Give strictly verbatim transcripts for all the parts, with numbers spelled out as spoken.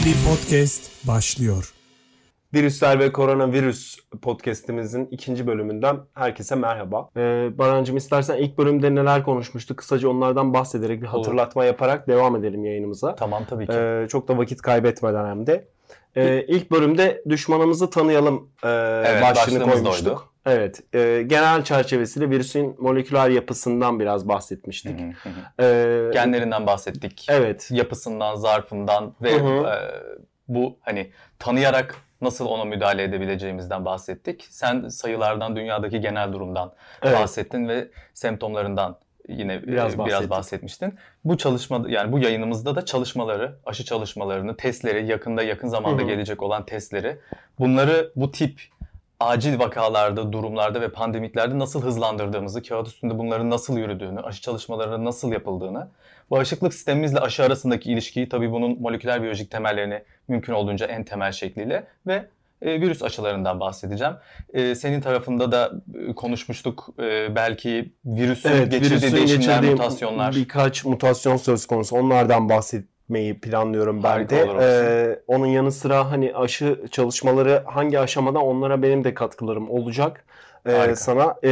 bir podcast başlıyor. Virüsler ve Koronavirüs podcast'imizin ikinci bölümünden herkese merhaba. Ee, Barancığım, istersen ilk bölümde neler konuşmuştuk kısaca onlardan bahsederek bir hatırlatma Olur. yaparak devam edelim yayınımıza. Tamam, tabii ki. Ee, çok da vakit kaybetmeden hem de. Ee, ilk bölümde düşmanımızı tanıyalım e, evet, başlığını koymuştuk. Oydu. Evet, e, genel çerçevesiyle virüsün moleküler yapısından biraz bahsetmiştik. Hı hı hı. Ee, Genlerinden bahsettik. Evet. Yapısından, zarfından ve hı hı. E, bu hani tanıyarak nasıl ona müdahale edebileceğimizden bahsettik. Sen sayılardan, dünyadaki genel durumdan evet. bahsettin ve semptomlarından yine biraz, biraz bahsetmiştin. Bu çalışma, yani bu yayınımızda da çalışmaları, aşı çalışmalarını, testleri, yakında yakın zamanda hı hı. gelecek olan testleri, bunları bu tip acil vakalarda, durumlarda ve pandemiklerde nasıl hızlandırdığımızı, kağıt üstünde bunların nasıl yürüdüğünü, aşı çalışmalarının nasıl yapıldığını, bağışıklık sistemimizle aşı arasındaki ilişkiyi, tabii bunun moleküler biyolojik temellerini mümkün olduğunca en temel şekliyle ve e, virüs aşılarından bahsedeceğim. E, senin tarafında da e, konuşmuştuk e, belki virüsün evet, geçirdiği virüsün değişimler, mutasyonlar. Birkaç mutasyon söz konusu, onlardan bahsetmeyi planlıyorum ben Harika de. Ee, onun yanı sıra hani aşı çalışmaları hangi aşamada, onlara benim de katkılarım olacak. Ee, sana e,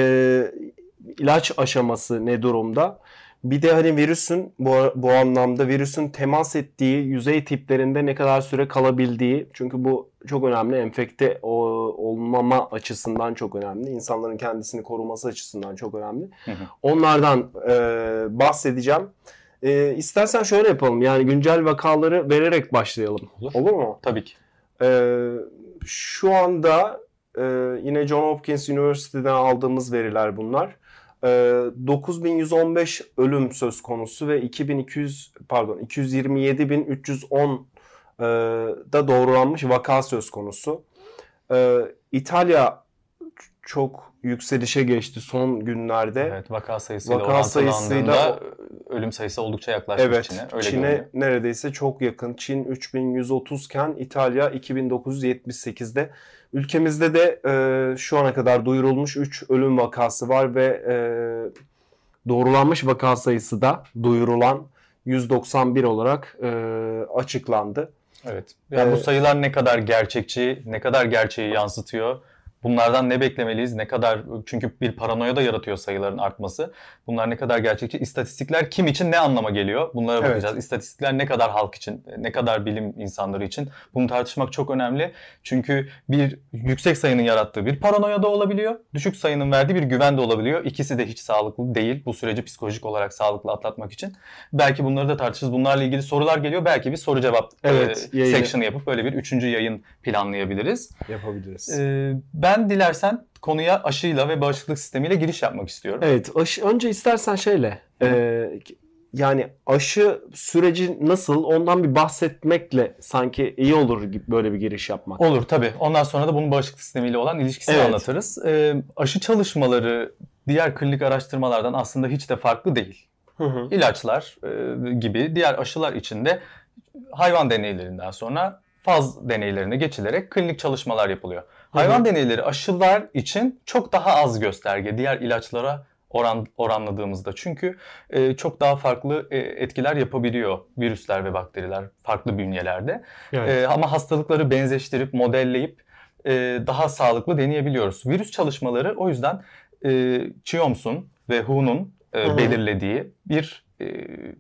ilaç aşaması ne durumda? Bir de hani virüsün bu, bu anlamda virüsün temas ettiği yüzey tiplerinde ne kadar süre kalabildiği, çünkü bu çok önemli, enfekte olmama açısından çok önemli, insanların kendisini koruması açısından çok önemli. Hı hı. Onlardan e, bahsedeceğim. E, istersen şöyle yapalım, yani güncel vakaları vererek başlayalım. Olur, Olur mu? Tabii ki. E, şu anda e, yine John Hopkins Üniversitesi'den aldığımız veriler bunlar. dokuz bin yüz on beş ölüm söz konusu ve iki bin iki yüz pardon iki yüz yirmi yedi bin üç yüz on e, da doğrulanmış vaka söz konusu. E, İtalya çok yükselişe geçti son günlerde. Evet, vaka sayısıyla vaka sayısıyla ölüm sayısı oldukça yaklaşmış evet, Çin'e. Öyle Çin'e görünüyor. neredeyse çok yakın. Çin üç bin yüz otuz iken İtalya iki bin dokuz yüz yetmiş sekizde. Ülkemizde de e, şu ana kadar duyurulmuş üç ölüm vakası var ve e, doğrulanmış vaka sayısı da duyurulan yüz doksan bir olarak e, açıklandı. Evet. Yani ee, bu sayılar ne kadar gerçekçi, ne kadar gerçeği yansıtıyor? Bunlardan ne beklemeliyiz? Ne kadar, çünkü bir paranoya da yaratıyor sayıların artması. Bunlar ne kadar gerçekçi? İstatistikler kim için ne anlama geliyor? Bunlara bakacağız. Evet. İstatistikler ne kadar halk için, ne kadar bilim insanları için? Bunu tartışmak çok önemli. Çünkü bir yüksek sayının yarattığı bir paranoya da olabiliyor. Düşük sayının verdiği bir güven de olabiliyor. İkisi de hiç sağlıklı değil. Bu süreci psikolojik olarak sağlıklı atlatmak için. Belki bunları da tartışırız. Bunlarla ilgili sorular geliyor. Belki bir soru cevap evet, e, section'ı yapıp böyle bir üçüncü yayın planlayabiliriz. Yapabiliriz. Ee, ben dilersen konuya aşıyla ve bağışıklık sistemiyle giriş yapmak istiyorum. Evet, aşı, önce istersen şeyle, e, yani aşı süreci nasıl, ondan bir bahsetmekle sanki iyi olur gibi böyle bir giriş yapmak. Olur tabii. Ondan sonra da bunun bağışıklık sistemiyle olan ilişkisini evet. anlatırız. Ee, aşı çalışmaları diğer klinik araştırmalardan aslında hiç de farklı değil. Hı hı. İlaçlar e, gibi diğer aşılar içinde hayvan deneylerinden sonra faz deneylerine geçilerek klinik çalışmalar yapılıyor. Hayvan hı hı. deneyleri aşılar için çok daha az gösterge diğer ilaçlara oran, oranladığımızda. Çünkü e, çok daha farklı e, etkiler yapabiliyor virüsler ve bakteriler farklı bünyelerde. Evet. E, ama hastalıkları benzeştirip, modelleyip e, daha sağlıklı deneyebiliyoruz. Virüs çalışmaları o yüzden e, Chioms'un ve Hu'nun e, belirlediği bir e,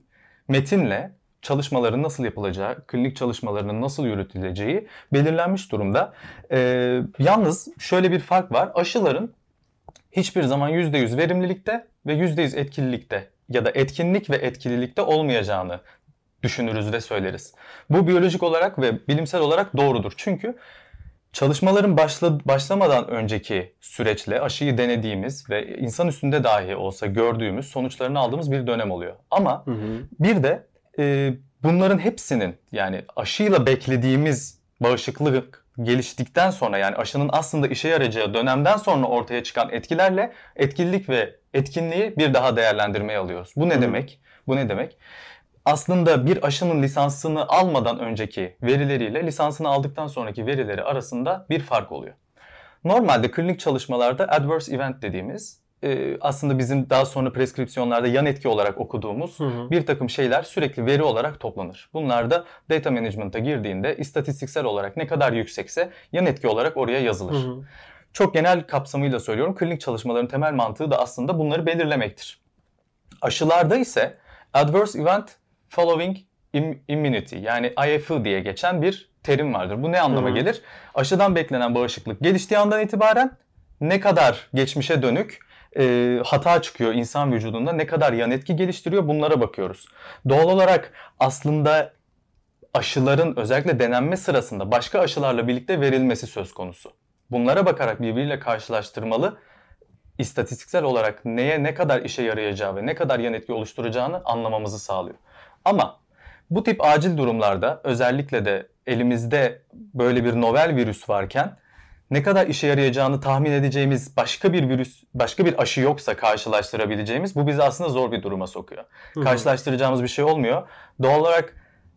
metinle çalışmaların nasıl yapılacağı, klinik çalışmalarının nasıl yürütüleceği belirlenmiş durumda. Ee, yalnız şöyle bir fark var. Aşıların hiçbir zaman yüzde yüz verimlilikte ve yüzde yüz etkililikte ya da etkinlik ve etkililikte olmayacağını düşünürüz ve söyleriz. Bu biyolojik olarak ve bilimsel olarak doğrudur. Çünkü çalışmaların başla, başlamadan önceki süreçle aşıyı denediğimiz ve insan üstünde dahi olsa gördüğümüz sonuçlarını aldığımız bir dönem oluyor. Ama hı hı. bir de e, bunların hepsinin, yani aşıyla beklediğimiz bağışıklık geliştikten sonra, yani aşının aslında işe yarayacağı dönemden sonra ortaya çıkan etkilerle etkililik ve etkinliği bir daha değerlendirmeye alıyoruz. Bu ne hı. demek? Bu ne demek? Aslında bir aşının lisansını almadan önceki verileriyle lisansını aldıktan sonraki verileri arasında bir fark oluyor. Normalde klinik çalışmalarda adverse event dediğimiz e, aslında bizim daha sonra preskripsiyonlarda yan etki olarak okuduğumuz hı hı. bir takım şeyler sürekli veri olarak toplanır. Bunlar da data management'a girdiğinde istatistiksel olarak ne kadar yüksekse yan etki olarak oraya yazılır. Hı hı. Çok genel kapsamıyla söylüyorum. Klinik çalışmaların temel mantığı da aslında bunları belirlemektir. Aşılarda ise Adverse Event Following Immunity yani I F I diye geçen bir terim vardır. Bu ne anlama Hı-hı. gelir? Aşıdan beklenen bağışıklık geliştiği andan itibaren ne kadar geçmişe dönük e, hata çıkıyor insan vücudunda, ne kadar yan etki geliştiriyor, bunlara bakıyoruz. Doğal olarak aslında aşıların özellikle denenme sırasında başka aşılarla birlikte verilmesi söz konusu. Bunlara bakarak birbiriyle karşılaştırmalı, istatistiksel olarak neye ne kadar işe yarayacağı ve ne kadar yan etki oluşturacağını anlamamızı sağlıyor. Ama bu tip acil durumlarda özellikle de elimizde böyle bir novel virüs varken ne kadar işe yarayacağını tahmin edeceğimiz başka bir virüs, başka bir aşı yoksa karşılaştırabileceğimiz, bu bizi aslında zor bir duruma sokuyor. Hı hı. Karşılaştıracağımız bir şey olmuyor. Doğal olarak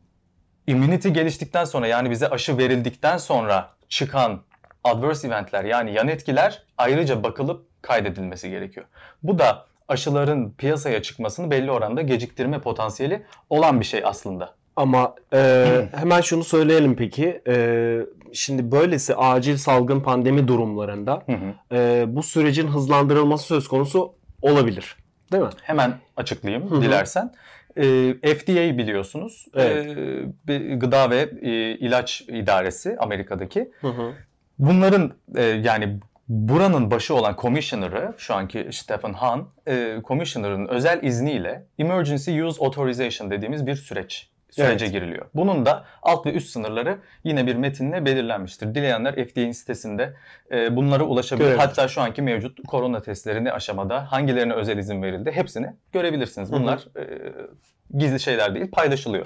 immunity geliştikten sonra, yani bize aşı verildikten sonra çıkan adverse eventler yani yan etkiler ayrıca bakılıp kaydedilmesi gerekiyor. Bu da aşıların piyasaya çıkmasını belli oranda geciktirme potansiyeli olan bir şey aslında. Ama e, hemen şunu söyleyelim peki. E, şimdi böylesi acil salgın pandemi durumlarında hı hı. E, bu sürecin hızlandırılması söz konusu olabilir. Değil mi? Hemen açıklayayım hı hı. dilersen. E, F D A biliyorsunuz. Evet. E, Gıda ve e, İlaç İdaresi Amerika'daki. Hı hı. Bunların e, yani buranın başı olan Commissioner'ı, şu anki Stephen Hahn, e, Commissioner'ın özel izniyle Emergency Use Authorization dediğimiz bir süreç sürece evet. giriliyor. Bunun da alt ve üst sınırları yine bir metinle belirlenmiştir. Dileyenler F D A'nin sitesinde e, bunlara ulaşabilir. Evet. Hatta şu anki mevcut korona testlerini aşamada hangilerine özel izin verildi hepsini görebilirsiniz. Bunlar hı hı. E, gizli şeyler değil, paylaşılıyor.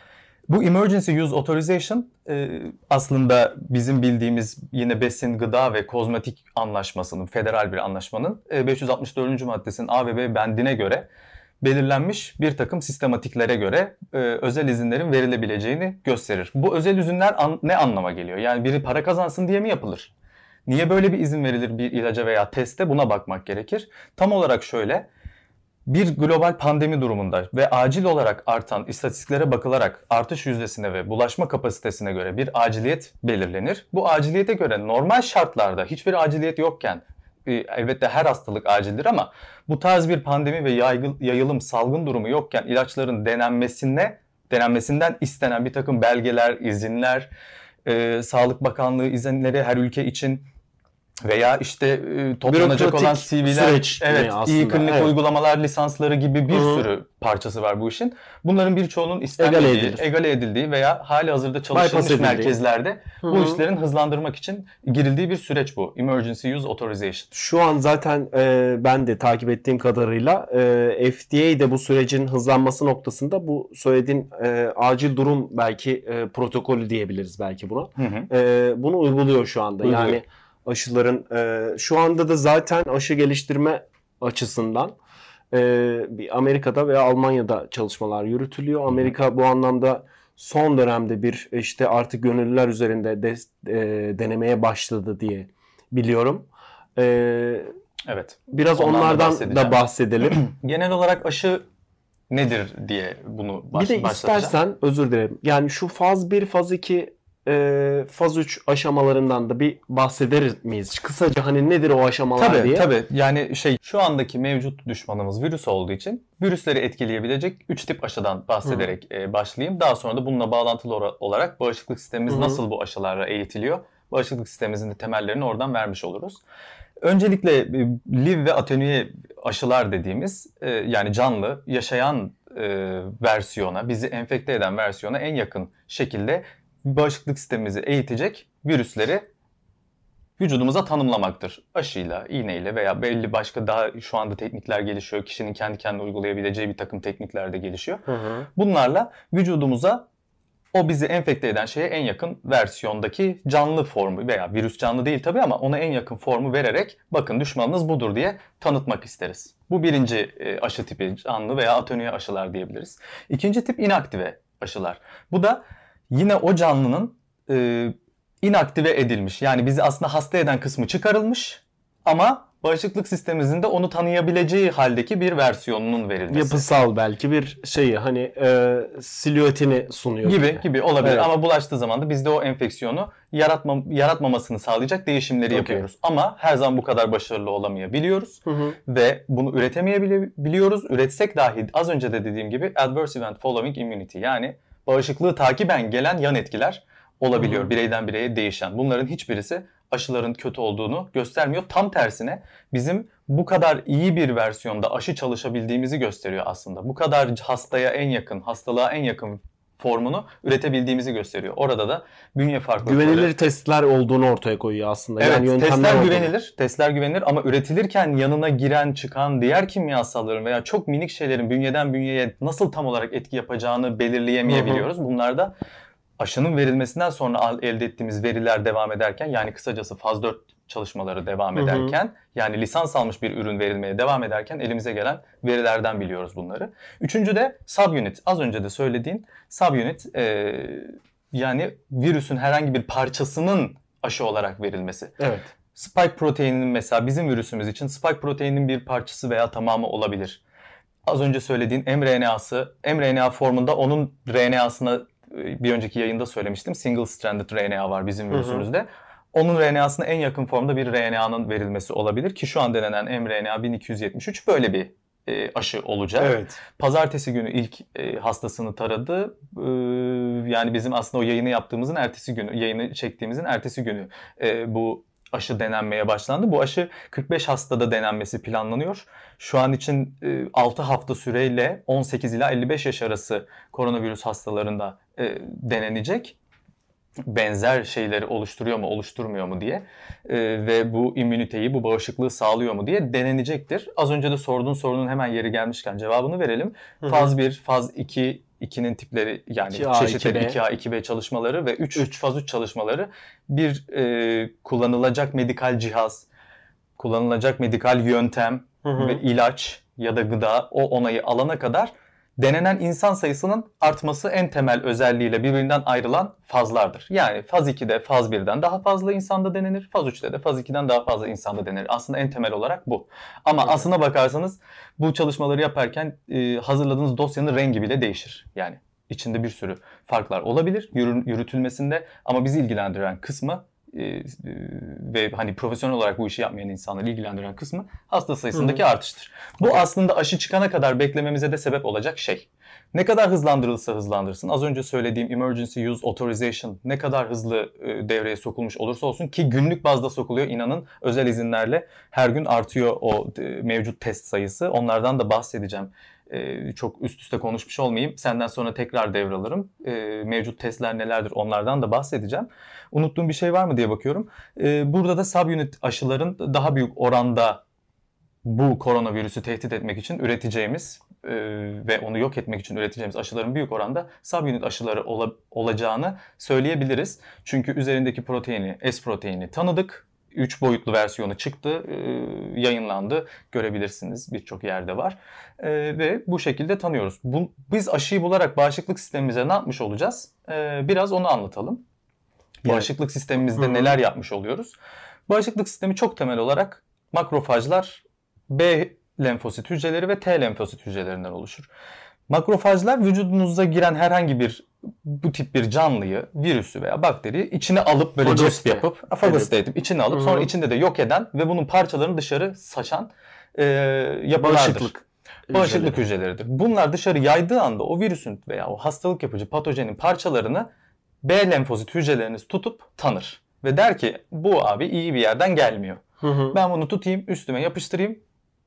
Bu Emergency Use Authorization e, aslında bizim bildiğimiz yine besin, gıda ve kozmetik anlaşmasının, federal bir anlaşmanın e, beş yüz altmış dördüncü maddesinin A ve B bendine göre belirlenmiş bir takım sistematiklere göre e, özel izinlerin verilebileceğini gösterir. Bu özel izinler an, ne anlama geliyor? Yani biri para kazansın diye mi yapılır? Niye böyle bir izin verilir bir ilaca veya teste? Buna bakmak gerekir. Tam olarak şöyle, bir global pandemi durumunda ve acil olarak artan istatistiklere bakılarak artış yüzdesine ve bulaşma kapasitesine göre bir aciliyet belirlenir. Bu aciliyete göre normal şartlarda hiçbir aciliyet yokken, elbette her hastalık acildir ama bu tarz bir pandemi ve yayılım, salgın durumu yokken ilaçların denenmesine, denenmesinden istenen bir takım belgeler, izinler, e, Sağlık Bakanlığı izinleri her ülke için veya işte e, toplanacak olan C V'ler, evet, iyi klinik evet. uygulamalar lisansları gibi bir Hı-hı. sürü parçası var bu işin. Bunların birçoğunun istenmediği, egale, egale edildiği veya hali hazırda çalışılmış merkezlerde Hı-hı. bu işlerin hızlandırmak için girildiği bir süreç bu. Emergency Use Authorization. Şu an zaten e, ben de takip ettiğim kadarıyla e, F D A de bu sürecin hızlanması noktasında bu söylediğin e, acil durum belki e, protokolü diyebiliriz belki buna. E, bunu uyguluyor şu anda. Uyguluyor. Yani aşıların e, şu anda da zaten aşı geliştirme açısından e, bir Amerika'da veya Almanya'da çalışmalar yürütülüyor. Amerika bu anlamda son dönemde bir işte artık gönüllüler üzerinde de, e, denemeye başladı diye biliyorum. E, evet. Biraz ondan onlardan da bahsedelim. Genel olarak aşı nedir diye bunu baş, bir de istersen özür dilerim. Yani şu faz bir, faz iki E, faz üç aşamalarından da bir bahseder miyiz? Kısaca hani nedir o aşamalar tabii, diye. Tabii yani şey şu andaki mevcut düşmanımız virüs olduğu için virüsleri etkileyebilecek üç tip aşıdan bahsederek e, başlayayım. Daha sonra da bununla bağlantılı olarak bağışıklık sistemimiz Hı-hı. nasıl bu aşılarla eğitiliyor? Bağışıklık sistemimizin de temellerini oradan vermiş oluruz. Öncelikle e, live ve atenüye aşılar dediğimiz e, yani canlı, yaşayan e, versiyona, bizi enfekte eden versiyona en yakın şekilde bağışıklık sistemimizi eğitecek virüsleri vücudumuza tanımlamaktır. Aşıyla, iğneyle veya belli başka daha şu anda teknikler gelişiyor. Kişinin kendi kendine uygulayabileceği bir takım teknikler de gelişiyor. Hı hı. Bunlarla vücudumuza o bizi enfekte eden şeye en yakın versiyondaki canlı formu veya virüs canlı değil tabii ama ona en yakın formu vererek bakın düşmanınız budur diye tanıtmak isteriz. Bu birinci aşı tipi canlı veya atenüye aşılar diyebiliriz. İkinci tip inaktive aşılar. Bu da yine o canlının e, inaktive edilmiş. Yani bizi aslında hasta eden kısmı çıkarılmış ama bağışıklık sistemimizin de onu tanıyabileceği haldeki bir versiyonunun verilmesi. Yapısal belki bir şeyi hani e, silüetini sunuyor. Gibi gibi, gibi olabilir evet. Ama bulaştığı zaman da biz de o enfeksiyonu yaratma, yaratmamasını sağlayacak değişimleri okay. yapıyoruz. Ama her zaman bu kadar başarılı olamayabiliyoruz. Hı hı. Ve bunu üretemeyebiliyoruz. Üretsek dahi az önce de dediğim gibi adverse event following immunity, yani bağışıklığı takiben gelen yan etkiler olabiliyor. Hı hı. Bireyden bireye değişen. Bunların hiçbirisi aşıların kötü olduğunu göstermiyor. Tam tersine bizim bu kadar iyi bir versiyonda aşı çalışabildiğimizi gösteriyor aslında. Bu kadar hastaya en yakın, hastalığa en yakın formunu üretebildiğimizi gösteriyor. Orada da bünye farklılıkları... Güvenilir testler olduğunu ortaya koyuyor aslında. Evet, yani testler olduğunu. güvenilir. Testler güvenilir ama üretilirken yanına giren çıkan diğer kimyasalların veya çok minik şeylerin bünyeden bünyeye nasıl tam olarak etki yapacağını belirleyemeyebiliyoruz. Hı hı. Bunlar da aşının verilmesinden sonra elde ettiğimiz veriler devam ederken, yani kısacası faz dört çalışmaları devam ederken, hı hı. yani lisans almış bir ürün verilmeye devam ederken elimize gelen verilerden biliyoruz bunları. Üçüncü de subunit. Az önce de söylediğin subunit, e, yani virüsün herhangi bir parçasının aşı olarak verilmesi. Evet. Spike proteininin mesela bizim virüsümüz için spike proteininin bir parçası veya tamamı olabilir. Az önce söylediğin mRNA'sı, mRNA formunda onun R N A'sına bir önceki yayında söylemiştim. Single stranded R N A var bizim virüsümüzde. Hı hı. Onun R N A'sına en yakın formda bir R N A'nın verilmesi olabilir ki şu an denenen mRNA bin iki yüz yetmiş üç böyle bir e, aşı olacak. Evet. Pazartesi günü ilk e, hastasını taradı. E, yani bizim aslında o yayını yaptığımızın ertesi günü, yayını çektiğimizin ertesi günü e, bu aşı denenmeye başlandı. Bu aşı kırk beş hastada denenmesi planlanıyor. Şu an için e, altı hafta süreyle on sekiz ila elli beş yaş arası koronavirüs hastalarında e, denenecek. Benzer şeyleri oluşturuyor mu, oluşturmuyor mu diye ee, ve bu immüniteyi, bu bağışıklığı sağlıyor mu diye denenecektir. Az önce de sorduğun sorunun hemen yeri gelmişken cevabını verelim. Hı-hı. Faz bir, faz iki, ikinin tipleri, yani iki A, çeşitleri iki A, iki B çalışmaları ve üç, üç faz üç çalışmaları bir e, kullanılacak medikal cihaz, kullanılacak medikal yöntem Hı-hı. ve ilaç ya da gıda o onayı alana kadar denenen insan sayısının artması en temel özelliğiyle birbirinden ayrılan fazlardır. Yani faz ikide faz birden daha fazla insanda denenir. Faz üçte de faz ikiden daha fazla insanda denenir. Aslında en temel olarak bu. Ama evet. aslına bakarsanız bu çalışmaları yaparken e, hazırladığınız dosyanın rengi bile değişir. Yani içinde bir sürü farklar olabilir yürütülmesinde ama bizi ilgilendiren kısmı e, ve hani profesyonel olarak bu işi yapmayan insanları ilgilendiren kısmı hasta sayısındaki Hı-hı. artıştır. Bu okay. aslında aşı çıkana kadar beklememize de sebep olacak şey. Ne kadar hızlandırılırsa hızlandırsın. Az önce söylediğim emergency use authorization ne kadar hızlı e, devreye sokulmuş olursa olsun ki günlük bazda sokuluyor, inanın özel izinlerle her gün artıyor o e, mevcut test sayısı. Onlardan da bahsedeceğim. Ee, çok üst üste konuşmuş olmayayım. Senden sonra tekrar devralırım. Ee, mevcut testler nelerdir onlardan da bahsedeceğim. Unuttuğum bir şey var mı diye bakıyorum. Ee, burada da subunit aşıların daha büyük oranda bu koronavirüsü tehdit etmek için üreteceğimiz e, ve onu yok etmek için üreteceğimiz aşıların büyük oranda subunit aşıları ola, olacağını söyleyebiliriz. Çünkü üzerindeki proteini, S proteini tanıdık. üç boyutlu versiyonu çıktı, yayınlandı. Görebilirsiniz, birçok yerde var. Ve bu şekilde tanıyoruz. Bu, biz aşıyı bularak bağışıklık sistemimize ne yapmış olacağız? Biraz onu anlatalım. Evet. Bağışıklık sistemimizde Hı-hı. neler yapmış oluyoruz? Bağışıklık sistemi çok temel olarak makrofajlar, B lenfosit hücreleri ve T lenfosit hücrelerinden oluşur. Makrofajlar vücudunuza giren herhangi bir bu tip bir canlıyı, virüsü veya bakteriyi içine alıp böyle cesp yapıp, fagosite edip içine alıp Hı-hı. sonra içinde de yok eden ve bunun parçalarını dışarı saçan e, yapılardır. Bağışıklık. Bağışıklık hücreleridir. Bunlar dışarı yaydığı anda o virüsün veya o hastalık yapıcı patojenin parçalarını B lenfosit hücreleriniz tutup tanır. Ve der ki bu abi iyi bir yerden gelmiyor. Hı-hı. Ben bunu tutayım, üstüme yapıştırayım.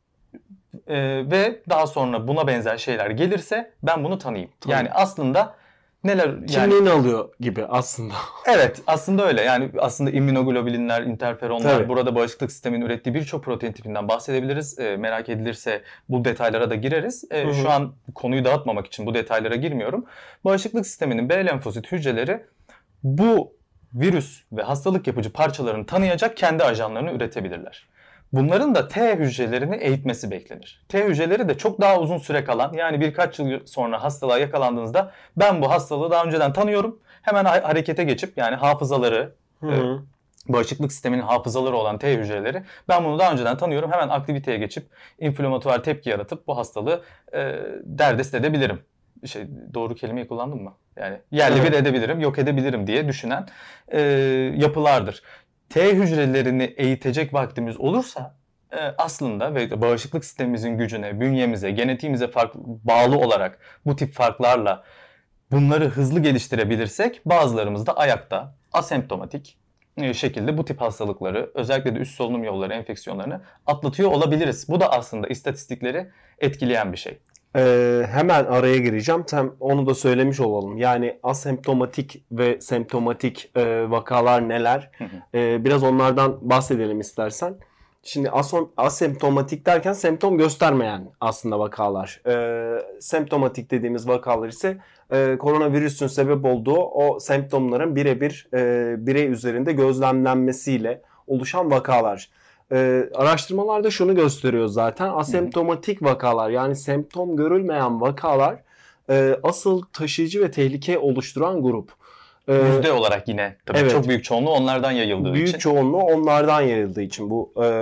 Ee, ve daha sonra buna benzer şeyler gelirse ben bunu tanıyayım. Tamam. Yani aslında neler yani kimliğini alıyor gibi aslında. Evet, aslında öyle. Yani aslında immünoglobulinler, interferonlar, Tabii. burada bağışıklık sisteminin ürettiği birçok protein tipinden bahsedebiliriz. E, merak edilirse bu detaylara da gireriz. E, şu an konuyu dağıtmamak için bu detaylara girmiyorum. Bağışıklık sisteminin B lenfosit hücreleri bu virüs ve hastalık yapıcı parçalarını tanıyacak kendi ajanlarını üretebilirler. Bunların da T hücrelerini eğitmesi beklenir. T hücreleri de çok daha uzun süre kalan, yani birkaç yıl sonra hastalığa yakalandığınızda ben bu hastalığı daha önceden tanıyorum. Hemen harekete geçip yani hafızaları, e, bağışıklık sisteminin hafızaları olan T hücreleri, ben bunu daha önceden tanıyorum, hemen aktiviteye geçip inflamatuar tepki yaratıp bu hastalığı e, derdest edebilirim. Şey, doğru kelimeyi kullandım mı? Yani yerle evet. bir edebilirim, yok edebilirim diye düşünen e, yapılardır. T hücrelerini eğitecek vaktimiz olursa e, aslında ve bağışıklık sistemimizin gücüne, bünyemize, genetiğimize farklı, bağlı olarak bu tip farklarla bunları hızlı geliştirebilirsek bazılarımız da ayakta, asemptomatik şekilde bu tip hastalıkları, özellikle de üst solunum yolları enfeksiyonlarını atlatıyor olabiliriz. Bu da aslında istatistikleri etkileyen bir şey. Ee, hemen araya gireceğim. Tam onu da söylemiş olalım. Yani asemptomatik ve semptomatik e, vakalar neler? Hı hı. E, biraz onlardan bahsedelim istersen. Şimdi asom, asemptomatik derken semptom göstermeyen aslında vakalar. E, semptomatik dediğimiz vakalar ise e, koronavirüsün sebep olduğu o semptomların birebir e, birey üzerinde gözlemlenmesiyle oluşan vakalar. Ee, araştırmalarda şunu gösteriyor zaten. Asemptomatik vakalar, yani semptom görülmeyen vakalar e, asıl taşıyıcı ve tehlike oluşturan grup. Ee, Yüzde olarak yine tabii evet, çok büyük çoğunluğu onlardan yayıldığı büyük için. Büyük çoğunluğu onlardan yayıldığı için bu e,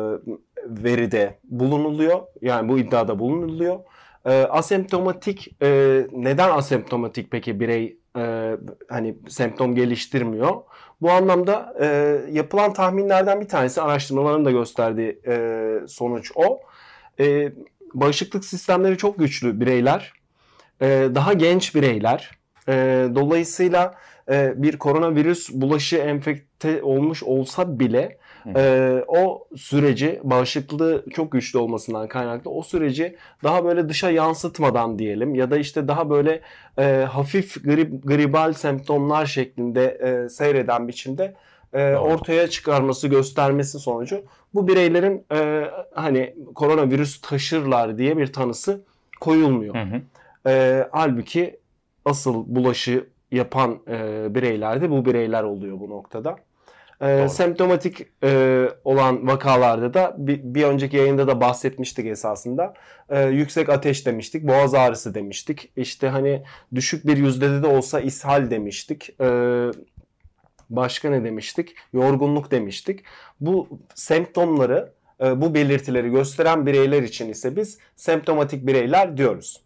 veride bulunuluyor. Yani bu iddiada bulunuluyor. E, asemptomatik e, neden asemptomatik peki birey e, hani semptom geliştirmiyor? Bu anlamda e, yapılan tahminlerden bir tanesi, araştırmaların da gösterdiği e, sonuç o. E, bağışıklık sistemleri çok güçlü bireyler, e, daha genç bireyler. E, dolayısıyla e, bir koronavirüs bulaşı enfekte olmuş olsa bile e, o süreci, bağışıklığı çok güçlü olmasından kaynaklı o süreci daha böyle dışa yansıtmadan diyelim ya da işte daha böyle e, hafif grip, gribal semptomlar şeklinde e, seyreden biçimde e, ortaya çıkarması, göstermesi sonucu bu bireylerin e, hani koronavirüs taşırlar diye bir tanısı koyulmuyor. Hı hı. E, halbuki asıl bulaşı yapan e, bireyler de bu bireyler oluyor bu noktada. E, semptomatik e, olan vakalarda da bir, bir önceki yayında da bahsetmiştik esasında. E, yüksek ateş demiştik, boğaz ağrısı demiştik. İşte hani düşük bir yüzdede de olsa ishal demiştik. E, başka ne demiştik? Yorgunluk demiştik. Bu semptomları, e, bu belirtileri gösteren bireyler için ise biz semptomatik bireyler diyoruz.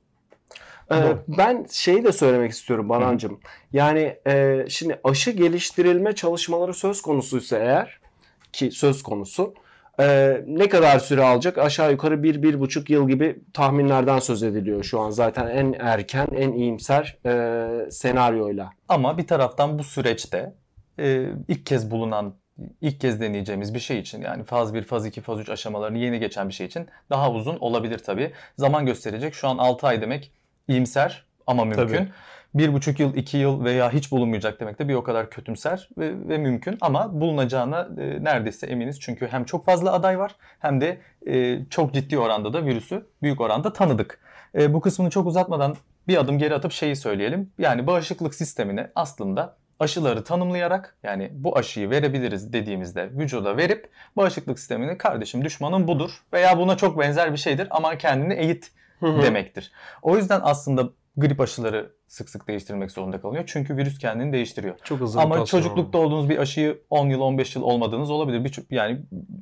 Ee, ben şeyi de söylemek istiyorum Banancığım. Yani e, şimdi aşı geliştirilme çalışmaları söz konusuysa eğer, ki söz konusu, e, ne kadar süre alacak? Aşağı yukarı bir, bir buçuk yıl gibi tahminlerden söz ediliyor şu an zaten en erken, en iyimser e, senaryoyla. Ama bir taraftan bu süreçte e, ilk kez bulunan, ilk kez deneyeceğimiz bir şey için, yani faz bir, faz iki, faz üç aşamalarını yeni geçen bir şey için daha uzun olabilir tabii. Zaman gösterecek. Şu an altı ay demek İyimser ama mümkün. Tabii. Bir buçuk yıl, iki yıl veya hiç bulunmayacak demek de bir o kadar kötümser ve, ve mümkün. Ama bulunacağına e, neredeyse eminiz. Çünkü hem çok fazla aday var hem de e, çok ciddi oranda da virüsü büyük oranda tanıdık. E, bu kısmını çok uzatmadan bir adım geri atıp şeyi söyleyelim. Yani bağışıklık sistemine aslında aşıları tanımlayarak, yani bu aşıyı verebiliriz dediğimizde vücuda verip bağışıklık sistemini kardeşim düşmanın budur veya buna çok benzer bir şeydir ama kendini eğit demektir. O yüzden aslında grip aşıları sık sık değiştirilmek zorunda kalıyor. Çünkü virüs kendini değiştiriyor. Çok hızlı. Ama çocuklukta olduğunuz bir aşıyı on yıl, on beş yıl olmadığınız olabilir. Bir, yani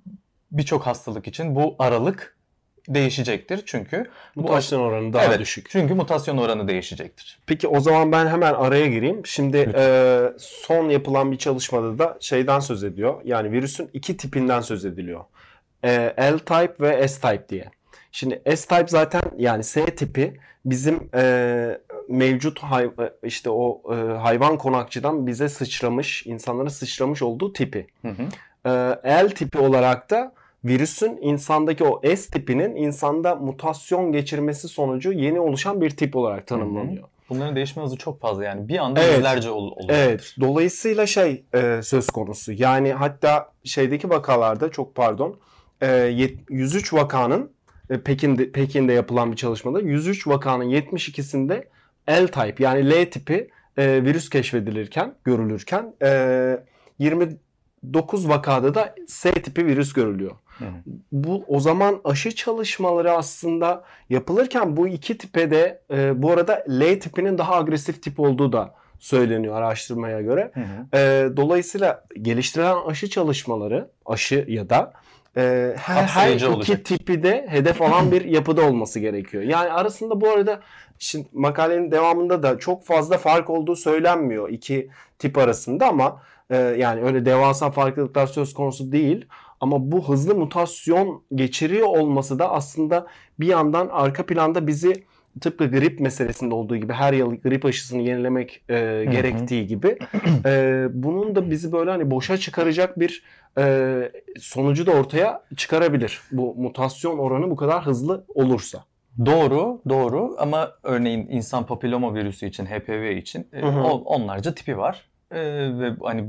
birçok hastalık için bu aralık değişecektir. Çünkü mutasyon bu, oranı daha evet, düşük. Çünkü mutasyon oranı değişecektir. Peki o zaman ben hemen araya gireyim. Şimdi e, son yapılan bir çalışmada da şeyden söz ediyor. Yani virüsün iki tipinden söz ediliyor. E, L-type ve S-type diye. Şimdi S-type zaten, yani S tipi bizim e, mevcut hay, işte o e, hayvan konakçıdan bize sıçramış, insanlara sıçramış olduğu tipi. Hı hı. E, L tipi olarak da virüsün insandaki o S tipinin insanda mutasyon geçirmesi sonucu yeni oluşan bir tip olarak tanımlanıyor. Hı hı. Bunların değişme hızı çok fazla, yani bir anda evet, yüzlerce ol- oluyor. Evet. Dolayısıyla şey e, söz konusu. Yani hatta şeydeki vakalarda çok pardon e, yüz üç vakanın Pekin'de, Pekin'de yapılan bir çalışmada yüz üç vakanın yetmiş ikisinde L-type yani L tipi e, virüs keşfedilirken, görülürken e, yirmi dokuz vakada da S tipi virüs görülüyor. Hı. Bu o zaman aşı çalışmaları aslında yapılırken bu iki tipe de e, bu arada L tipinin daha agresif tip olduğu da söyleniyor araştırmaya göre. Hı hı. E, dolayısıyla geliştirilen aşı çalışmaları, aşı ya da e, her, her iki olacak. Tipi de hedef alan bir yapıda olması gerekiyor. Yani arasında bu arada şimdi makalenin devamında da çok fazla fark olduğu söylenmiyor iki tip arasında ama e, yani öyle devasa farklılıklar söz konusu değil. Ama bu hızlı mutasyon geçiriyor olması da aslında bir yandan arka planda bizi tıpkı grip meselesinde olduğu gibi her yıl grip aşısını yenilemek e, gerektiği gibi e, bunun da bizi böyle hani boşa çıkaracak bir e, sonucu da ortaya çıkarabilir. Bu mutasyon oranı bu kadar hızlı olursa. Doğru, doğru ama örneğin insan papilloma virüsü için, H P V için e, onlarca tipi var e, ve hani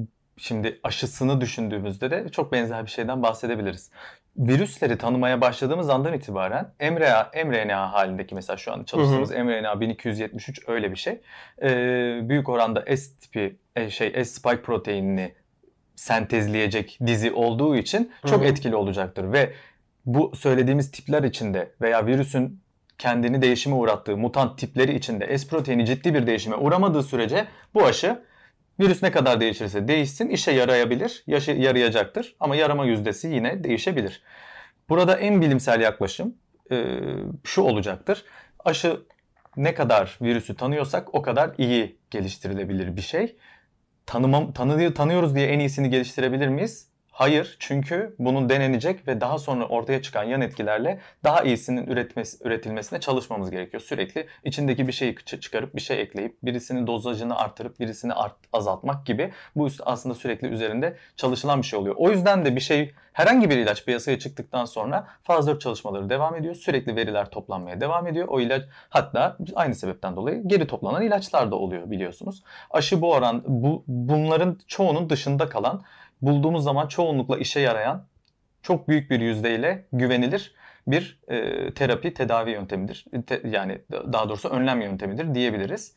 şimdi aşısını düşündüğümüzde de çok benzer bir şeyden bahsedebiliriz. Virüsleri tanımaya başladığımız andan itibaren mRNA halindeki mesela şu an çalıştığımız hı hı. mRNA bin iki yüz yetmiş üç öyle bir şey. Ee, büyük oranda S tipi şey S spike proteinini sentezleyecek dizi olduğu için çok hı hı. etkili olacaktır ve bu söylediğimiz tipler içinde veya virüsün kendini değişime uğrattığı mutant tipleri içinde S proteini ciddi bir değişime uğramadığı sürece bu aşı virüs ne kadar değişirse değişsin işe yarayabilir, yarayacaktır ama yarama yüzdesi yine değişebilir. Burada en bilimsel yaklaşım e, şu olacaktır. Aşı ne kadar virüsü tanıyorsak o kadar iyi geliştirilebilir bir şey. Tanımam, tanı, tanıyoruz diye en iyisini geliştirebilir miyiz? Hayır, çünkü bunun denenecek ve daha sonra ortaya çıkan yan etkilerle daha iyisinin üretmesi, üretilmesine çalışmamız gerekiyor. Sürekli içindeki bir şeyi çıkarıp bir şey ekleyip birisinin dozajını artırıp birisini art, azaltmak gibi bu aslında sürekli üzerinde çalışılan bir şey oluyor. O yüzden de bir şey herhangi bir ilaç piyasaya çıktıktan sonra faz dört çalışmaları devam ediyor. Sürekli veriler toplanmaya devam ediyor. O ilaç hatta aynı sebepten dolayı geri toplanan ilaçlar da oluyor biliyorsunuz. Aşı bu oran bu, bunların çoğunun dışında kalan bulduğumuz zaman çoğunlukla işe yarayan çok büyük bir yüzdeyle güvenilir bir e, terapi, tedavi yöntemidir. Te, yani daha doğrusu önlem yöntemidir diyebiliriz.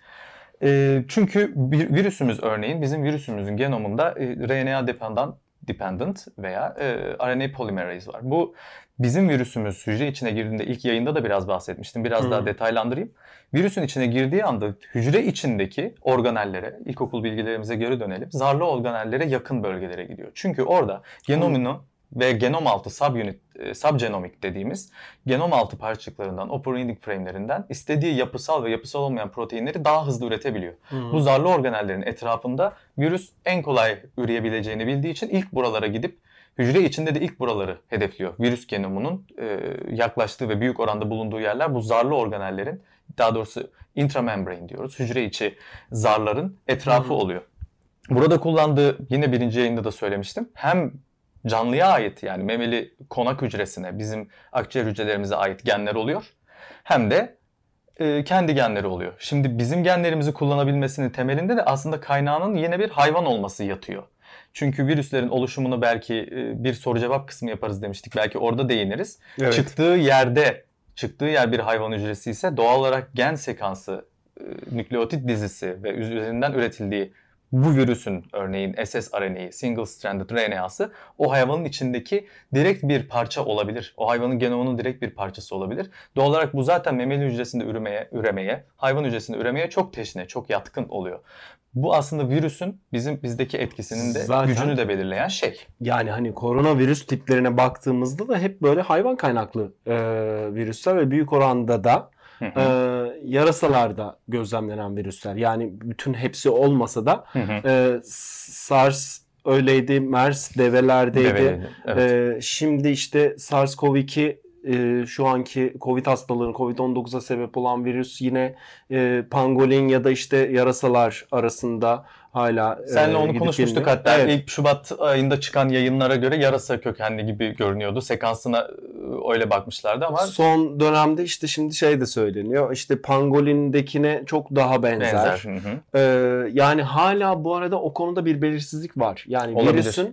E, çünkü bir virüsümüz örneğin bizim virüsümüzün genomunda e, R N A dependent, dependent veya e, R N A polymerase var. Bu bizim virüsümüz hücre içine girdiğinde ilk yayında da biraz bahsetmiştim. Biraz hmm. daha detaylandırayım. Virüsün içine girdiği anda hücre içindeki organellere, ilkokul bilgilerimize geri dönelim. Zarlı organellere yakın bölgelere gidiyor. Çünkü orada genomunu hmm. ve genom altı subunit, subgenomik dediğimiz genom altı parçacıklarından, operating frame'lerinden istediği yapısal ve yapısal olmayan proteinleri daha hızlı üretebiliyor. Hmm. Bu zarlı organellerin etrafında virüs en kolay üreyebileceğini bildiği için ilk buralara gidip hücre içinde de ilk buraları hedefliyor. Virüs genomunun e, yaklaştığı ve büyük oranda bulunduğu yerler bu zarlı organellerin, daha doğrusu intramembrane diyoruz. Hücre içi zarların etrafı hmm. oluyor. Burada kullandığı, yine birinci yayında da söylemiştim, hem canlıya ait yani memeli konak hücresine, bizim akciğer hücrelerimize ait genler oluyor. Hem de e, kendi genleri oluyor. Şimdi bizim genlerimizi kullanabilmesinin temelinde de aslında kaynağının yine bir hayvan olması yatıyor. Çünkü virüslerin oluşumunu belki bir soru cevap kısmı yaparız demiştik. Belki orada değiniriz. Evet. Çıktığı yerde, çıktığı yer bir hayvan hücresi ise doğal olarak gen sekansı, nükleotit dizisi ve üzerinden üretildiği bu virüsün örneğin S S R N A'yı, single stranded R N A'sı o hayvanın içindeki direkt bir parça olabilir. O hayvanın genomunun direkt bir parçası olabilir. Doğal olarak bu zaten memeli hücresinde üremeye, üremeye, hayvan hücresinde üremeye çok teşne, çok yatkın oluyor. Bu aslında virüsün bizim bizdeki etkisinin de zaten, gücünü de belirleyen şey. Yani hani koronavirüs tiplerine baktığımızda da hep böyle hayvan kaynaklı e, virüsler ve büyük oranda da Hı hı. Ee, yarasalarda gözlemlenen virüsler. Yani bütün hepsi olmasa da hı hı. E, SARS öyleydi, MERS develerdeydi. Develeydi, evet. e, şimdi işte SARS-CoV iki e, şu anki Covid hastalığının Covid on dokuza sebep olan virüs yine e, pangolin ya da işte yarasalar arasında hala Seninle e, onu konuşmuştuk gelmiyor. Hatta evet. ilk Şubat ayında çıkan yayınlara göre yarasa kökenli gibi görünüyordu. Sekansına öyle bakmışlardı ama son dönemde işte şimdi şey de söyleniyor. İşte pangolindekine çok daha benzer. benzer. Hı hı. Ee, yani hala bu arada o konuda bir belirsizlik var. Yani olabilir. Virüsün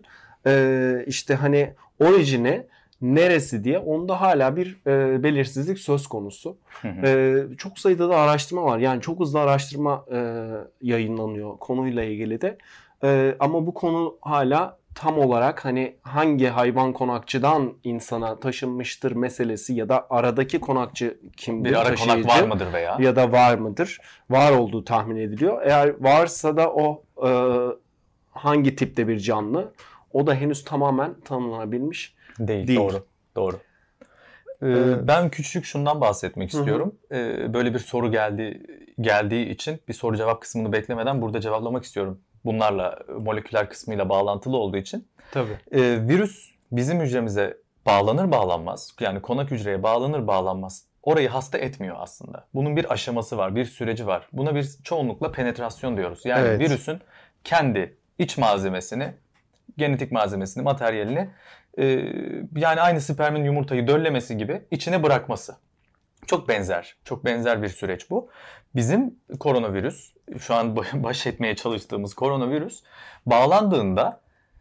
e, işte hani orijini neresi diye onda hala bir e, belirsizlik söz konusu. Hı hı. E, çok sayıda da araştırma var. Yani çok hızlı araştırma e, yayınlanıyor konuyla ilgili de. E, ama bu konu hala tam olarak hani hangi hayvan konakçıdan insana taşınmıştır meselesi ya da aradaki konakçı kimdir, bir ara konak var mıdır veya ya da var mıdır? Var olduğu tahmin ediliyor. Eğer varsa da o e, hangi tipte bir canlı? O da henüz tamamen tanımlanabilmiş değil. değil. Doğru. Doğru. Ee, ben küçük şundan bahsetmek istiyorum. Ee, böyle bir soru geldi geldiği için bir soru cevap kısmını beklemeden burada cevaplamak istiyorum. Bunlarla moleküler kısmıyla bağlantılı olduğu için. Tabii. Ee, virüs bizim hücremize bağlanır bağlanmaz, yani konak hücreye bağlanır bağlanmaz orayı hasta etmiyor aslında. Bunun bir aşaması var, bir süreci var. Buna biz çoğunlukla penetrasyon diyoruz. Yani evet. virüsün kendi iç malzemesini, genetik malzemesini, materyalini e, yani aynı spermin yumurtayı döllemesi gibi içine bırakması. Çok benzer, çok benzer bir süreç bu. Bizim koronavirüs, şu an baş etmeye çalıştığımız koronavirüs bağlandığında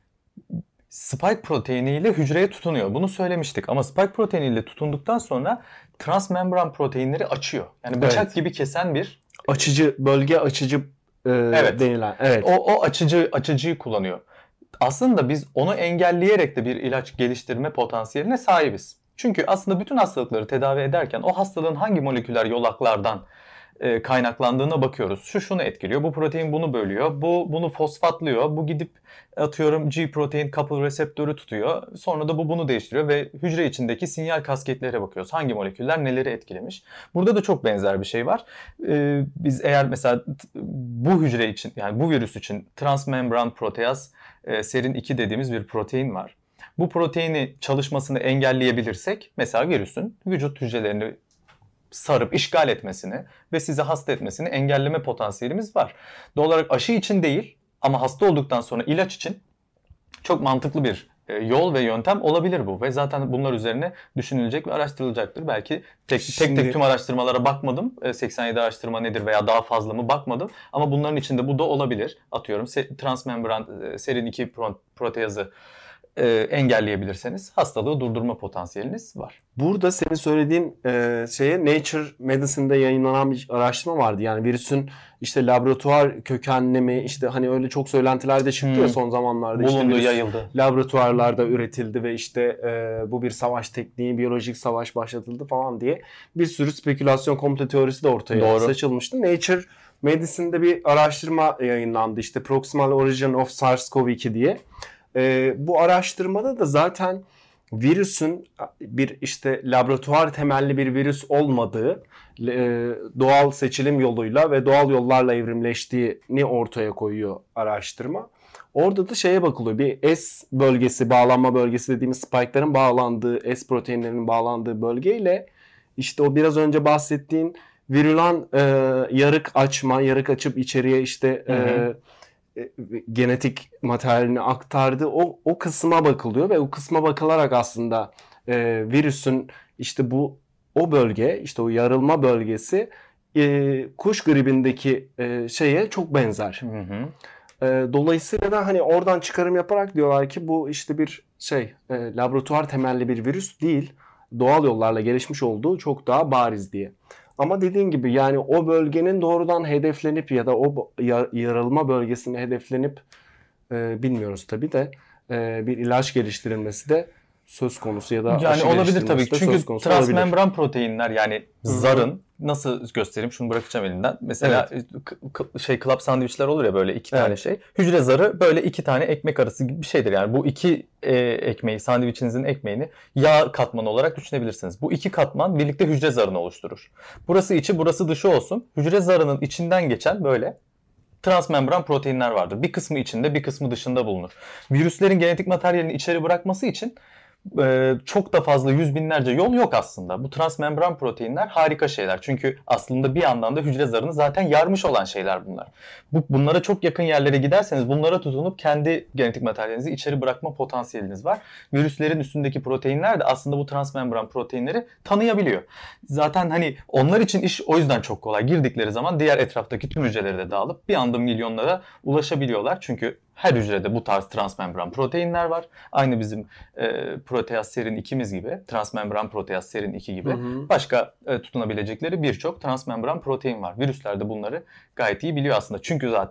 spike proteiniyle hücreye tutunuyor. Bunu söylemiştik ama spike proteiniyle tutunduktan sonra transmembran proteinleri açıyor. Yani bıçak evet. gibi kesen bir açıcı, bölge açıcı e, evet. denilen. Evet. O, o açıcı açıcıyı kullanıyor. Aslında biz onu engelleyerek de bir ilaç geliştirme potansiyeline sahibiz. Çünkü aslında bütün hastalıkları tedavi ederken o hastalığın hangi moleküler yolaklardan e, kaynaklandığına bakıyoruz. Şu şunu etkiliyor, bu protein bunu bölüyor, bu bunu fosfatlıyor, bu gidip atıyorum G protein couple reseptörü tutuyor. Sonra da bu bunu değiştiriyor ve hücre içindeki sinyal kasketlere bakıyoruz. Hangi moleküller neleri etkilemiş. Burada da çok benzer bir şey var. E, biz eğer mesela bu hücre için, yani bu virüs için transmembran proteaz e, serin iki dediğimiz bir protein var. Bu proteini çalışmasını engelleyebilirsek mesela virüsün vücut hücrelerini sarıp işgal etmesini ve sizi hasta etmesini engelleme potansiyelimiz var. Doğal olarak aşı için değil ama hasta olduktan sonra ilaç için çok mantıklı bir yol ve yöntem olabilir bu. Ve zaten bunlar üzerine düşünülecek ve araştırılacaktır. Belki tek Şimdi... tek, tek tüm araştırmalara bakmadım. seksen yedi araştırma nedir veya daha fazla mı bakmadım. Ama bunların içinde bu da olabilir. Atıyorum transmembran serin iki proteazı E, engelleyebilirseniz hastalığı durdurma potansiyeliniz var. Burada senin söylediğin e, şeye Nature Medicine'de yayınlanan bir araştırma vardı. Yani virüsün işte laboratuvar kökenli mi, işte hani öyle çok söylentiler de çıktı hmm. ya son zamanlarda. Bulundu, işte yayıldı. Laboratuvarlarda üretildi ve işte e, bu bir savaş tekniği, biyolojik savaş başlatıldı falan diye bir sürü spekülasyon, komplo teorisi de ortaya Doğru. saçılmıştı. Nature Medicine'de bir araştırma yayınlandı. İşte Proximal Origin of SARS-CoV iki diye. Ee, bu araştırmada da zaten virüsün bir işte laboratuvar temelli bir virüs olmadığı, e, doğal seçilim yoluyla ve doğal yollarla evrimleştiğini ortaya koyuyor araştırma. Orada da şeye bakılıyor. Bir S bölgesi, bağlanma bölgesi dediğimiz spike'ların bağlandığı, S proteinlerinin bağlandığı bölgeyle işte o biraz önce bahsettiğin virülan e, yarık açma, yarık açıp içeriye işte hı hı. E, genetik materyalini aktardığı o, o kısma bakılıyor ve o kısma bakılarak aslında e, virüsün işte bu o bölge, işte o yarılma bölgesi e, kuş gribindeki e, şeye çok benzer. Hı hı. E, dolayısıyla da hani oradan çıkarım yaparak diyorlar ki bu işte bir şey e, laboratuvar temelli bir virüs değil, doğal yollarla gelişmiş olduğu çok daha bariz diye. Ama dediğin gibi yani o bölgenin doğrudan hedeflenip ya da o yarılma bölgesine hedeflenip e, bilmiyoruz tabii de e, bir ilaç geliştirilmesi de söz konusu ya da yani aşı olabilir tabii. Çünkü transmembran olabilir. proteinler yani zarın nasıl göstereyim şunu bırakacağım elinden. Mesela evet. k- şey club sandviçler olur ya böyle iki evet. tane şey. Hücre zarı böyle iki tane ekmek arası gibi bir şeydir. Yani bu iki e, ekmeği sandviçinizin ekmeğini yağ katmanı olarak düşünebilirsiniz. Bu iki katman birlikte hücre zarını oluşturur. Burası içi burası dışı olsun. Hücre zarının içinden geçen böyle transmembran proteinler vardır. Bir kısmı içinde bir kısmı dışında bulunur. Virüslerin genetik materyalini içeri bırakması için Ee, çok da fazla yüz binlerce yol yok aslında. Bu transmembran proteinler harika şeyler. Çünkü aslında bir yandan da hücre zarını zaten yarmış olan şeyler bunlar. Bu, bunlara çok yakın yerlere giderseniz bunlara tutunup kendi genetik materyalinizi içeri bırakma potansiyeliniz var. Virüslerin üstündeki proteinler de aslında bu transmembran proteinleri tanıyabiliyor. Zaten hani onlar için iş o yüzden çok kolay. Girdikleri zaman diğer etraftaki tüm hücreleri de dağılıp bir anda milyonlara ulaşabiliyorlar. Çünkü her hücrede bu tarz transmembran proteinler var. Aynı bizim e, proteaz serin ikimiz gibi, transmembran proteaz serin iki gibi. Hı hı. Başka e, tutunabilecekleri birçok transmembran protein var. Virüsler de bunları gayet iyi biliyor aslında. Çünkü zaten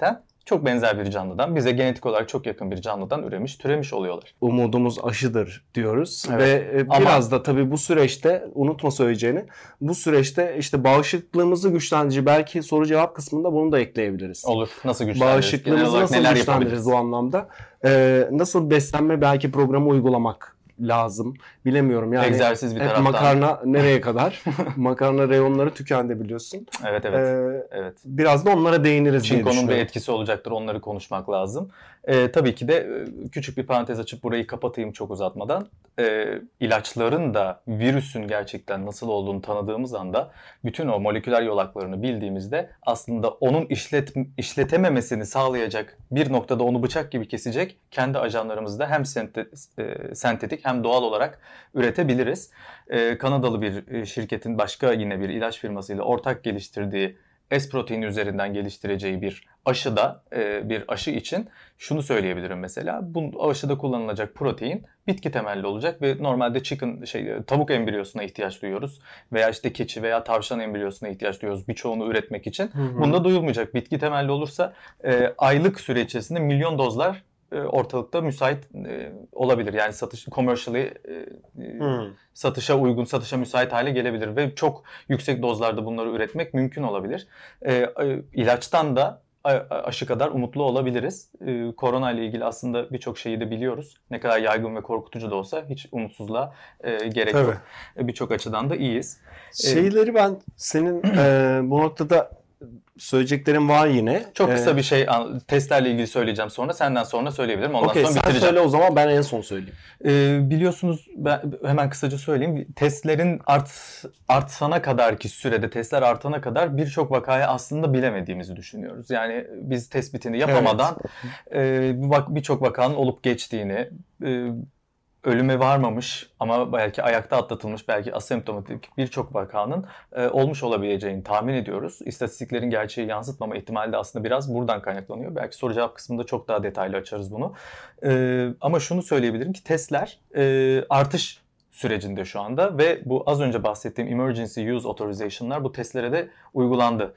çok benzer bir canlıdan, bize genetik olarak çok yakın bir canlıdan üremiş, türemiş oluyorlar. Umudumuz aşıdır diyoruz. Evet. Ve Ama... biraz da tabii bu süreçte, unutma söyleyeceğini, bu süreçte işte bağışıklığımızı güçlendirici, belki soru cevap kısmında bunu da ekleyebiliriz. Olur. Nasıl güçlendiririz? Bağışıklığımızı nasıl güçlendiririz bu anlamda? Ee, nasıl beslenme belki programı uygulamak lazım. Bilemiyorum yani. Egzersiz bir taraftan. Makarna nereye kadar? Makarna reyonları tükendi biliyorsun. Evet evet. Ee, evet. Biraz da onlara değiniriz diye düşünüyorum. Çinko'nun bir etkisi olacaktır. Onları konuşmak lazım. Ee, tabii ki de küçük bir parantez açıp burayı kapatayım çok uzatmadan. Ee, ilaçların da virüsün gerçekten nasıl olduğunu tanıdığımız anda bütün o moleküler yolaklarını bildiğimizde aslında onun işlet, işletememesini sağlayacak bir noktada onu bıçak gibi kesecek kendi ajanlarımızda hem sente, e, sentetik hem doğal olarak üretebiliriz. Ee, Kanadalı bir şirketin başka yine bir ilaç firmasıyla ortak geliştirdiği S proteini üzerinden geliştireceği bir aşıda, bir aşı için şunu söyleyebilirim mesela. Bu aşıda kullanılacak protein bitki temelli olacak ve normalde chicken şey tavuk embriyosuna ihtiyaç duyuyoruz veya işte keçi veya tavşan embriyosuna ihtiyaç duyuyoruz birçoğunu üretmek için. Hı hı. Bunda duyulmayacak. Bitki temelli olursa e, aylık süre içerisinde milyon dozlar ortalıkta müsait e, olabilir. Yani satış commercially e, hmm. satışa uygun, satışa müsait hale gelebilir ve çok yüksek dozlarda bunları üretmek mümkün olabilir. E, e, ilaçtan da aşı kadar umutlu olabiliriz. E, korona ile ilgili aslında birçok şeyi de biliyoruz. Ne kadar yaygın ve korkutucu da olsa hiç umutsuzluğa e, gerek Tabii. yok. E, birçok açıdan da iyiyiz. Şeyleri ben senin e, bu noktada söyleyeceklerim var yine. Çok kısa ee, bir şey testlerle ilgili söyleyeceğim sonra. Senden sonra söyleyebilirim. Ondan okay, sonra bitireceğim. Sen söyle o zaman, ben en son söyleyeyim. Ee, biliyorsunuz ben hemen kısaca söyleyeyim. Testlerin art, artsana kadar ki sürede testler artana kadar birçok vakayı aslında bilemediğimizi düşünüyoruz. Yani biz tespitini yapamadan evet. e, birçok vakanın olup geçtiğini, e, ölüme varmamış ama belki ayakta atlatılmış, belki asemptomatik birçok vakanın e, olmuş olabileceğini tahmin ediyoruz. İstatistiklerin gerçeği yansıtmama ihtimali de aslında biraz buradan kaynaklanıyor. Belki soru cevap kısmında çok daha detaylı açarız bunu. E, ama şunu söyleyebilirim ki testler e, artış sürecinde şu anda ve bu az önce bahsettiğim emergency use authorization'lar bu testlere de uygulandı.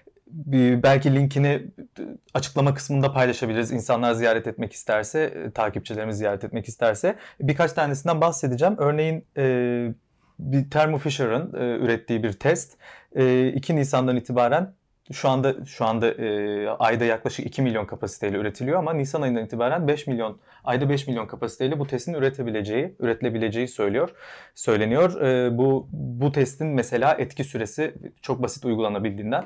Belki linkini açıklama kısmında paylaşabiliriz. İnsanlar ziyaret etmek isterse, takipçilerimiz ziyaret etmek isterse. Birkaç tanesinden bahsedeceğim. Örneğin bir Thermo Fisher'ın ürettiği bir test iki Nisan'dan itibaren şu anda şu anda ayda yaklaşık iki milyon kapasiteyle üretiliyor ama Nisan ayından itibaren beş milyon ayda beş milyon kapasiteyle bu testin üretebileceği, üretilebileceği söylüyor, söyleniyor. Bu bu testin mesela etki süresi çok basit uygulanabildiğinden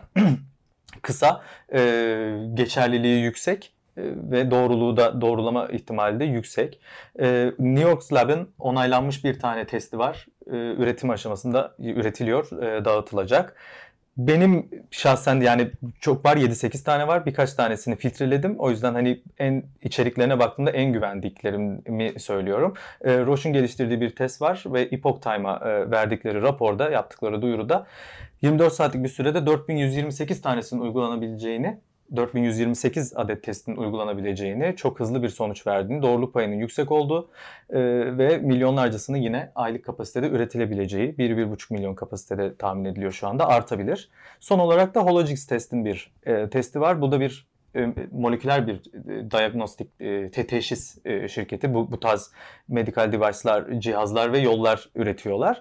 kısa, e, geçerliliği yüksek e, ve doğruluğu da doğrulama ihtimali de yüksek. E, New York Lab'ın onaylanmış bir tane testi var. E, üretim aşamasında üretiliyor, e, dağıtılacak. Benim şahsen yani çok var, yedi sekiz tane var. Birkaç tanesini filtreledim. O yüzden hani en içeriklerine baktığımda en güvendiklerimi söylüyorum. E, Roche'un geliştirdiği bir test var ve Epoch Time'a e, verdikleri raporda, yaptıkları duyuruda yirmi dört saatlik bir sürede dört bin yüz yirmi sekiz tanesinin uygulanabileceğini, dört bin yüz yirmi sekiz adet testin uygulanabileceğini, çok hızlı bir sonuç verdiğini, doğruluk payının yüksek olduğu e, ve milyonlarcasını yine aylık kapasitede üretilebileceği, bir bir buçuk milyon kapasitede tahmin ediliyor şu anda, artabilir. Son olarak da Hologic testin bir e, testi var. Bu da bir e, moleküler bir e, diagnostik e, teşhis e, şirketi. Bu, bu tarz medical device'lar, cihazlar ve yollar üretiyorlar.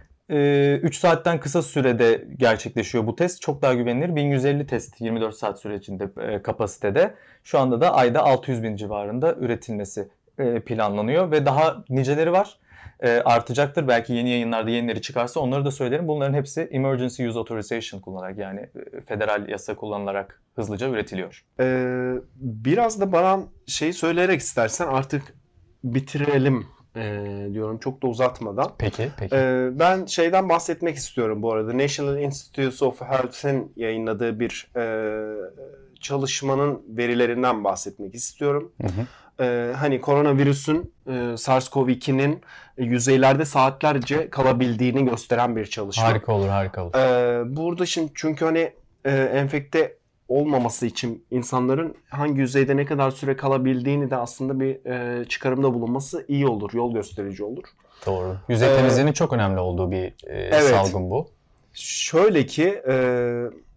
üç saatten kısa sürede gerçekleşiyor bu test. Çok daha güvenilir. bin yüz elli test yirmi dört saat sürecinde e, kapasitede. Şu anda da ayda altı yüz bin civarında üretilmesi e, planlanıyor ve daha niceleri var. E, artacaktır. Belki yeni yayınlarda yenileri çıkarsa onları da söylerim. Bunların hepsi Emergency Use Authorization kullanarak, yani e, federal yasa kullanılarak hızlıca üretiliyor. Ee, biraz da bana şey söyleyerek istersen artık bitirelim. Ee, diyorum çok da uzatmadan. Peki, peki. Ee, ben şeyden bahsetmek istiyorum bu arada. National Institutes of Health'in yayınladığı bir e, çalışmanın verilerinden bahsetmek istiyorum. Hı hı. Ee, hani koronavirüsün e, SARS-CoV iki'nin yüzeylerde saatlerce kalabildiğini gösteren bir çalışma. Harika olur, harika olur. Ee, burada şimdi çünkü hani e, enfekte olmaması için insanların hangi yüzeyde ne kadar süre kalabildiğini de aslında bir e, çıkarımda bulunması iyi olur, yol gösterici olur. Doğru. Yüzey temizliğinin ee, çok önemli olduğu bir e, evet. salgın bu. Şöyle ki e,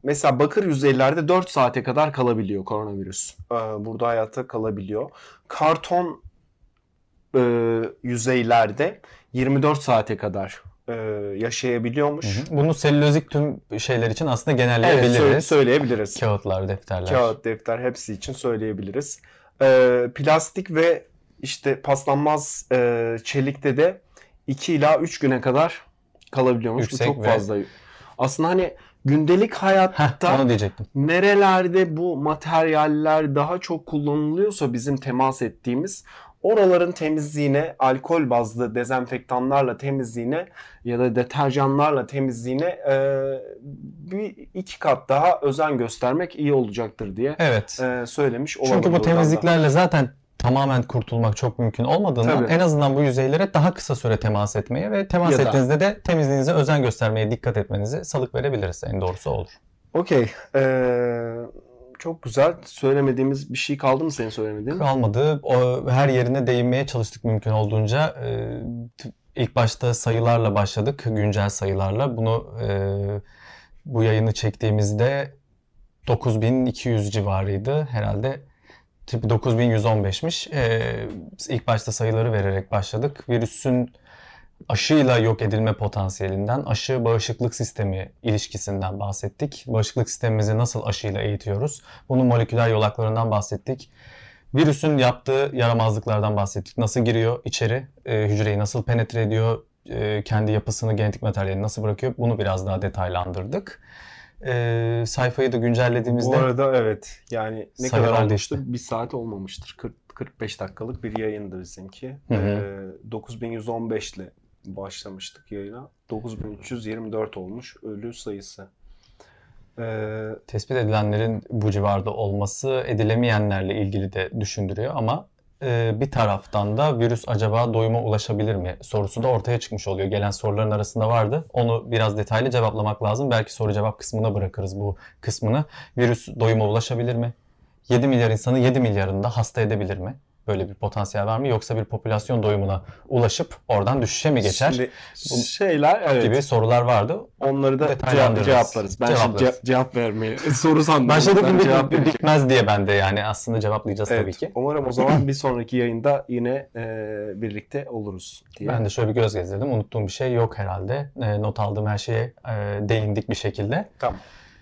mesela bakır yüzeylerde dört saate kadar kalabiliyor koronavirüs. Ee, burada hayatta kalabiliyor. Karton e, yüzeylerde yirmi dört saate kadar e, yaşayabiliyormuş. Hı hı. Bunu selülozik tüm şeyler için aslında genelleyebiliriz. Evet, söyleyebiliriz. Kağıtlar, defterler. Kağıt, defter hepsi için söyleyebiliriz. Ee, plastik ve işte paslanmaz e, çelikte de iki ila üç güne kadar kalabiliyormuş. Yüksek Bu çok ve... fazla. Aslında hani gündelik hayatta Heh, onu diyecektim. Nerelerde bu materyaller daha çok kullanılıyorsa bizim temas ettiğimiz, oraların temizliğine, alkol bazlı dezenfektanlarla temizliğine ya da deterjanlarla temizliğine e, bir iki kat daha özen göstermek iyi olacaktır diye evet. e, söylemiş olabilir. Çünkü bu temizliklerle zaten tamamen kurtulmak çok mümkün olmadığından Tabii. en azından bu yüzeylere daha kısa süre temas etmeye ve temas ya ettiğinizde da. de temizliğinize özen göstermeye dikkat etmenizi salık verebiliriz. En doğrusu olur. Okey. Ee, çok güzel. Söylemediğimiz bir şey kaldı mı senin söylemediğin? Kalmadı. O, her yerine değinmeye çalıştık mümkün olduğunca. Ee, ilk başta sayılarla başladık. Güncel sayılarla. Bunu e, bu yayını çektiğimizde dokuz bin iki yüz civarıydı. Herhalde dokuz bin yüz on beşmiş. Ee, ilk başta sayıları vererek başladık. Virüsün aşıyla yok edilme potansiyelinden, aşı bağışıklık sistemi ilişkisinden bahsettik. Bağışıklık sistemimizi nasıl aşıyla eğitiyoruz? Bunun moleküler yolaklarından bahsettik. Virüsün yaptığı yaramazlıklardan bahsettik. Nasıl giriyor içeri, e, hücreyi nasıl penetre ediyor, e, kendi yapısını, genetik materyalini nasıl bırakıyor? Bunu biraz daha detaylandırdık. E, sayfayı da güncellediğimizde... Bu arada evet, yani ne kadar olmuştur? Bir saat olmamıştır. kırk kırk beş dakikalık bir yayındı bizimki. Hı hı. E, dokuz bin yüz on beş ile başlamıştık yayına. dokuz bin üç yüz yirmi dört olmuş ölü sayısı. Ee, Tespit edilenlerin bu civarda olması edilemeyenlerle ilgili de düşündürüyor ama e, bir taraftan da virüs acaba doyuma ulaşabilir mi sorusu da ortaya çıkmış oluyor. Gelen soruların arasında vardı. Onu biraz detaylı cevaplamak lazım. Belki soru cevap kısmına bırakırız bu kısmını. Virüs doyuma ulaşabilir mi? yedi milyar insanı yedi milyarını da hasta edebilir mi? Böyle bir potansiyel var mı? Yoksa bir popülasyon doyumuna ulaşıp oradan düşüşe mi geçer? Şimdi şeyler evet. gibi sorular vardı. Onları da cevap, cevaplarız. Ben şimdi ce- cevap vermeye soru sandım. Başladık mı bit- bitmez diye ben de yani aslında cevaplayacağız evet, tabii ki. Umarım o zaman bir sonraki yayında yine e, birlikte oluruz diye. Ben de şöyle bir göz gezdirdim. Unuttuğum bir şey yok herhalde. E, not aldığım her şeye e, değindik bir şekilde. Tamam.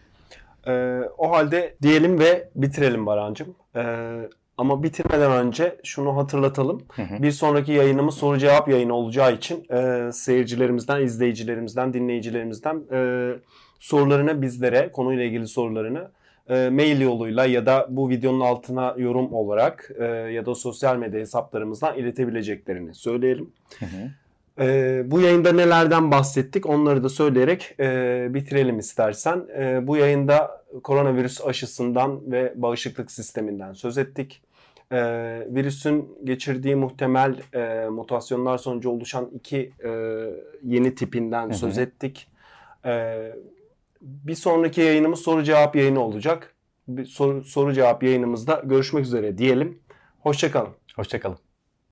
E, o halde diyelim ve bitirelim Baran'cığım. E, Ama bitirmeden önce şunu hatırlatalım. Hı hı. Bir sonraki yayınımız soru cevap yayını olacağı için e, seyircilerimizden, izleyicilerimizden, dinleyicilerimizden e, sorularını bizlere, konuyla ilgili sorularını e, mail yoluyla ya da bu videonun altına yorum olarak e, ya da sosyal medya hesaplarımızdan iletebileceklerini söyleyelim. Hı hı. E, bu yayında nelerden bahsettik onları da söyleyerek e, bitirelim istersen. E, bu yayında koronavirüs aşısından ve bağışıklık sisteminden söz ettik. E, virüsün geçirdiği muhtemel e, mutasyonlar sonucu oluşan iki e, yeni tipinden hı hı. söz ettik. E, bir sonraki yayınımız soru cevap yayını olacak. Bir soru, soru cevap yayınımızda görüşmek üzere diyelim. Hoşça kalın. Hoşça kalın.